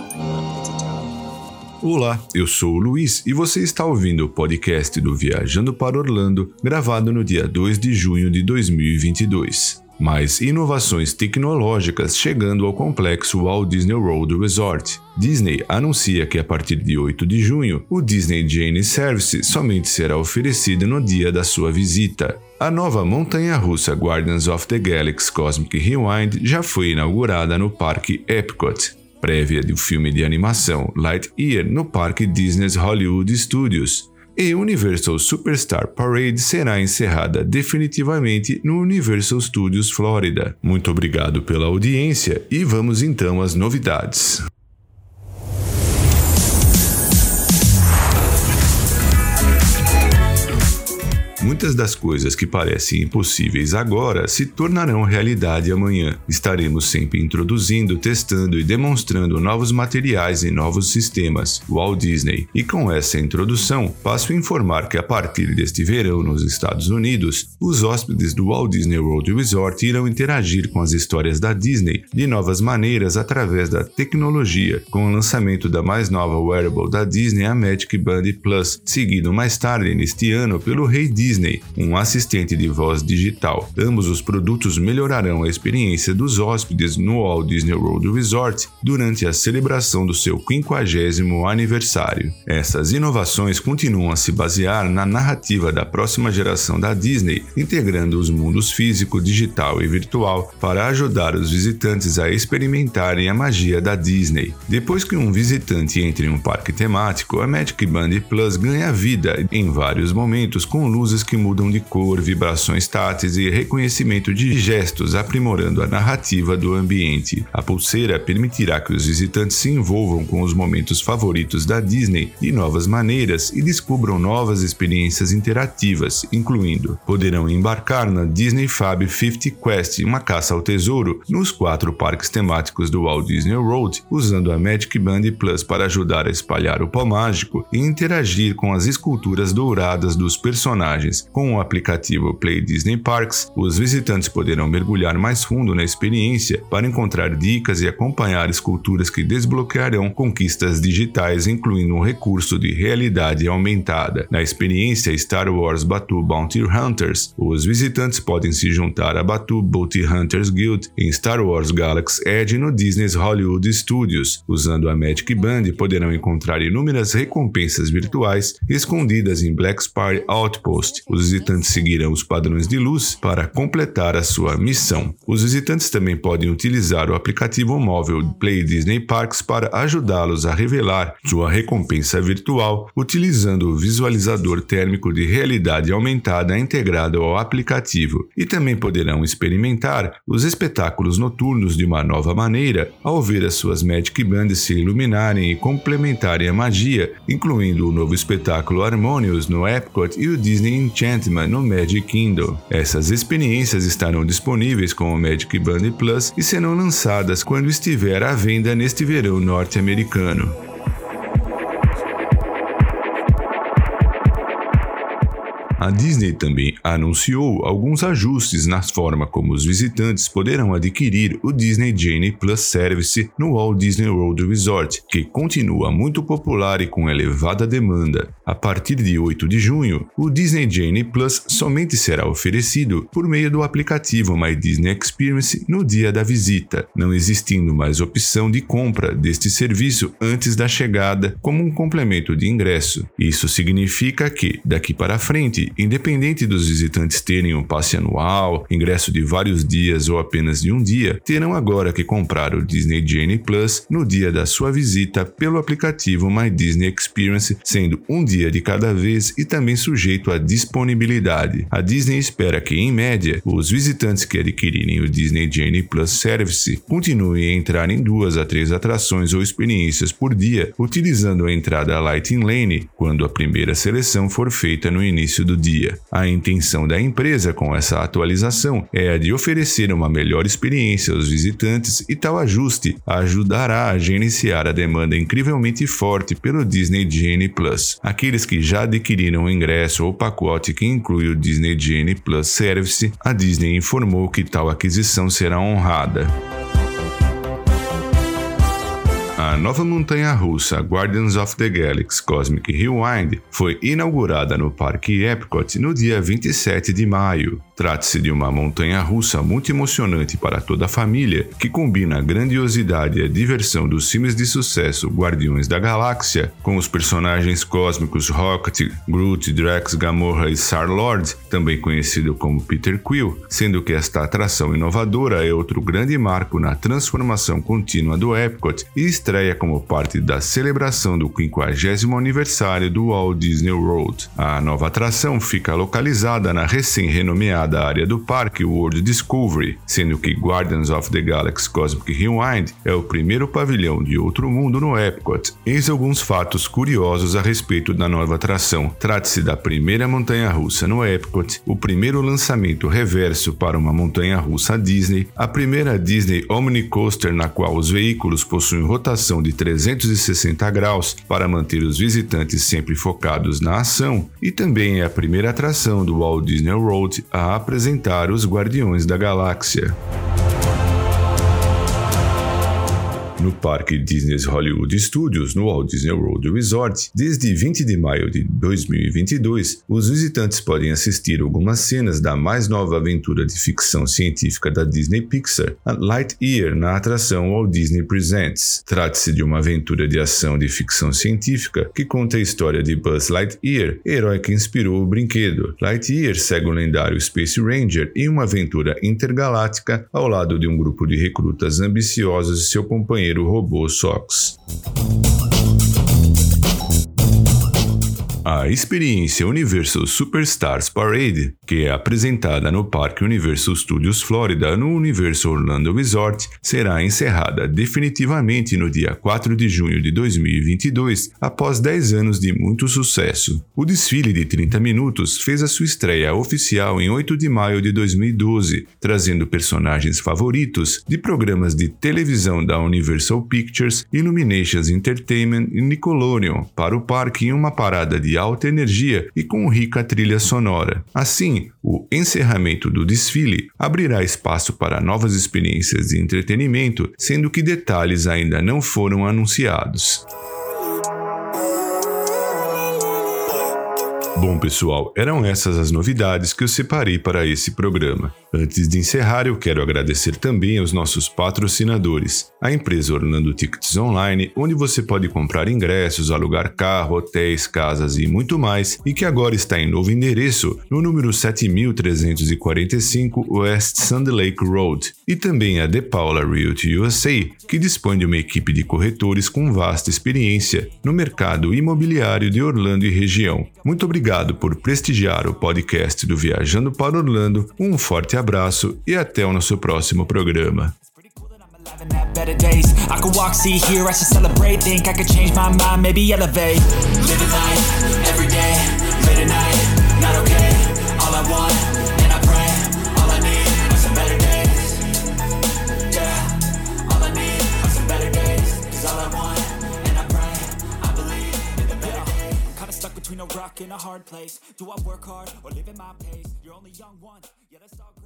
Olá, eu sou o Luiz e você está ouvindo o podcast do Viajando para Orlando, gravado no dia 2 de junho de 2022. Mais inovações tecnológicas chegando ao complexo Walt Disney World Resort. Disney anuncia que a partir de 8 de junho, o Disney Genie Service somente será oferecido no dia da sua visita. A nova montanha-russa Guardians of the Galaxy Cosmic Rewind já foi inaugurada no Parque Epcot, prévia do filme de animação Lightyear no Parque Disney's Hollywood Studios. E Universal Superstar Parade será encerrada definitivamente no Universal Studios Florida. Muito obrigado pela audiência e vamos então às novidades. Muitas das coisas que parecem impossíveis agora se tornarão realidade amanhã. Estaremos sempre introduzindo, testando e demonstrando novos materiais e novos sistemas. Walt Disney. E com essa introdução, passo a informar que a partir deste verão nos Estados Unidos, os hóspedes do Walt Disney World Resort irão interagir com as histórias da Disney de novas maneiras através da tecnologia, com o lançamento da mais nova wearable da Disney, a Magic Band Plus, seguido mais tarde neste ano pelo Rei Disney, um assistente de voz digital. Ambos os produtos melhorarão a experiência dos hóspedes no Walt Disney World Resort durante a celebração do seu 50º aniversário. Essas inovações continuam a se basear na narrativa da próxima geração da Disney, integrando os mundos físico, digital e virtual para ajudar os visitantes a experimentarem a magia da Disney. Depois que um visitante entra em um parque temático, a Magic Band Plus ganha vida em vários momentos com luzes que mudam de cor, vibrações táteis e reconhecimento de gestos, aprimorando a narrativa do ambiente. A pulseira permitirá que os visitantes se envolvam com os momentos favoritos da Disney de novas maneiras e descubram novas experiências interativas, incluindo: poderão embarcar na Disney Fab 50 Quest, uma caça ao tesouro, nos 4 parques temáticos do Walt Disney World, usando a Magic Band Plus para ajudar a espalhar o pó mágico e interagir com as esculturas douradas dos personagens. Com o aplicativo Play Disney Parks, os visitantes poderão mergulhar mais fundo na experiência para encontrar dicas e acompanhar esculturas que desbloquearão conquistas digitais, incluindo um recurso de realidade aumentada. Na experiência Star Wars Batuu Bounty Hunters, os visitantes podem se juntar a Batuu Bounty Hunters Guild em Star Wars Galaxy Edge no Disney's Hollywood Studios. Usando a Magic Band, poderão encontrar inúmeras recompensas virtuais escondidas em Black's Party Outpost. Os visitantes seguirão os padrões de luz para completar a sua missão. Os visitantes também podem utilizar o aplicativo móvel Play Disney Parks para ajudá-los a revelar sua recompensa virtual, utilizando o visualizador térmico de realidade aumentada integrado ao aplicativo. E também poderão experimentar os espetáculos noturnos de uma nova maneira ao ver as suas Magic Bands se iluminarem e complementarem a magia, incluindo o novo espetáculo Harmonious no Epcot e o Disney Enchantment no Magic Kingdom. Essas experiências estarão disponíveis com o Magic Band Plus e serão lançadas quando estiver à venda neste verão norte-americano. A Disney também anunciou alguns ajustes na forma como os visitantes poderão adquirir o Disney Genie Plus Service no Walt Disney World Resort, que continua muito popular e com elevada demanda. A partir de 8 de junho, o Disney Genie Plus somente será oferecido por meio do aplicativo My Disney Experience no dia da visita, não existindo mais opção de compra deste serviço antes da chegada como um complemento de ingresso. Isso significa que, daqui para frente, independente dos visitantes terem um passe anual, ingresso de vários dias ou apenas de um dia, terão agora que comprar o Disney Genie Plus no dia da sua visita pelo aplicativo My Disney Experience, sendo um dia de cada vez e também sujeito à disponibilidade. A Disney espera que, em média, os visitantes que adquirirem o Disney Genie Plus Service continuem a entrar em 2 a 3 atrações ou experiências por dia, utilizando a entrada Lightning Lane quando a primeira seleção for feita no início do dia. A intenção da empresa com essa atualização é a de oferecer uma melhor experiência aos visitantes e tal ajuste ajudará a gerenciar a demanda incrivelmente forte pelo Disney Genie Plus. Aqueles que já adquiriram o ingresso ou pacote que inclui o Disney Genie Plus Service, a Disney informou que tal aquisição será honrada. A nova montanha-russa Guardians of the Galaxy Cosmic Rewind foi inaugurada no Parque Epcot no dia 27 de maio. Trata-se de uma montanha-russa muito emocionante para toda a família, que combina a grandiosidade e a diversão dos filmes de sucesso Guardiões da Galáxia, com os personagens cósmicos Rocket, Groot, Drax, Gamora e Star-Lord, também conhecido como Peter Quill, sendo que esta atração inovadora é outro grande marco na transformação contínua do Epcot e estreia como parte da celebração do 50º aniversário do Walt Disney World. A nova atração fica localizada na recém-renomeada área do parque World Discovery, sendo que Guardians of the Galaxy Cosmic Rewind é o primeiro pavilhão de outro mundo no Epcot. Eis alguns fatos curiosos a respeito da nova atração. Trata-se da primeira montanha-russa no Epcot, o primeiro lançamento reverso para uma montanha-russa Disney, a primeira Disney Omnicoaster na qual os veículos possuem rotação de 360 graus para manter os visitantes sempre focados na ação, e também é a primeira atração do Walt Disney World a apresentar os Guardiões da Galáxia. No Parque Disney's Hollywood Studios, no Walt Disney World Resort, desde 20 de maio de 2022, os visitantes podem assistir algumas cenas da mais nova aventura de ficção científica da Disney Pixar, a Lightyear, na atração Walt Disney Presents. Trata-se de uma aventura de ação de ficção científica que conta a história de Buzz Lightyear, herói que inspirou o brinquedo. Lightyear segue o lendário Space Ranger em uma aventura intergaláctica ao lado de um grupo de recrutas ambiciosos e seu companheiro o robô Sox. A experiência Universal Superstars Parade, que é apresentada no Parque Universal Studios Florida no Universal Orlando Resort, será encerrada definitivamente no dia 4 de junho de 2022, após 10 anos de muito sucesso. O desfile de 30 minutos fez a sua estreia oficial em 8 de maio de 2012, trazendo personagens favoritos de programas de televisão da Universal Pictures, Illuminations Entertainment e Nickelodeon para o parque em uma parada de alta energia e com rica trilha sonora. Assim, o encerramento do desfile abrirá espaço para novas experiências de entretenimento, sendo que detalhes ainda não foram anunciados. Bom, pessoal, eram essas as novidades que eu separei para esse programa. Antes de encerrar, eu quero agradecer também aos nossos patrocinadores, a empresa Orlando Tickets Online, onde você pode comprar ingressos, alugar carro, hotéis, casas e muito mais, e que agora está em novo endereço, no número 7345 West Sand Lake Road, e também a The Paula Realty USA, que dispõe de uma equipe de corretores com vasta experiência no mercado imobiliário de Orlando e região. Muito obrigado por prestigiar o podcast do Viajando para Orlando, um forte abraço e até o nosso próximo programa. Better days, I could walk, see, hear, I should celebrate. Think I could change my mind, maybe elevate. Living life, every day, late at night, not okay. All I want, and I pray, all I need are some better days. Yeah, all I need are some better days. Cause all I want, and I pray, I believe in the better days. Kinda stuck between a rock and a hard place. Do I work hard, or live at my pace? You're only young once, yeah, let's talk.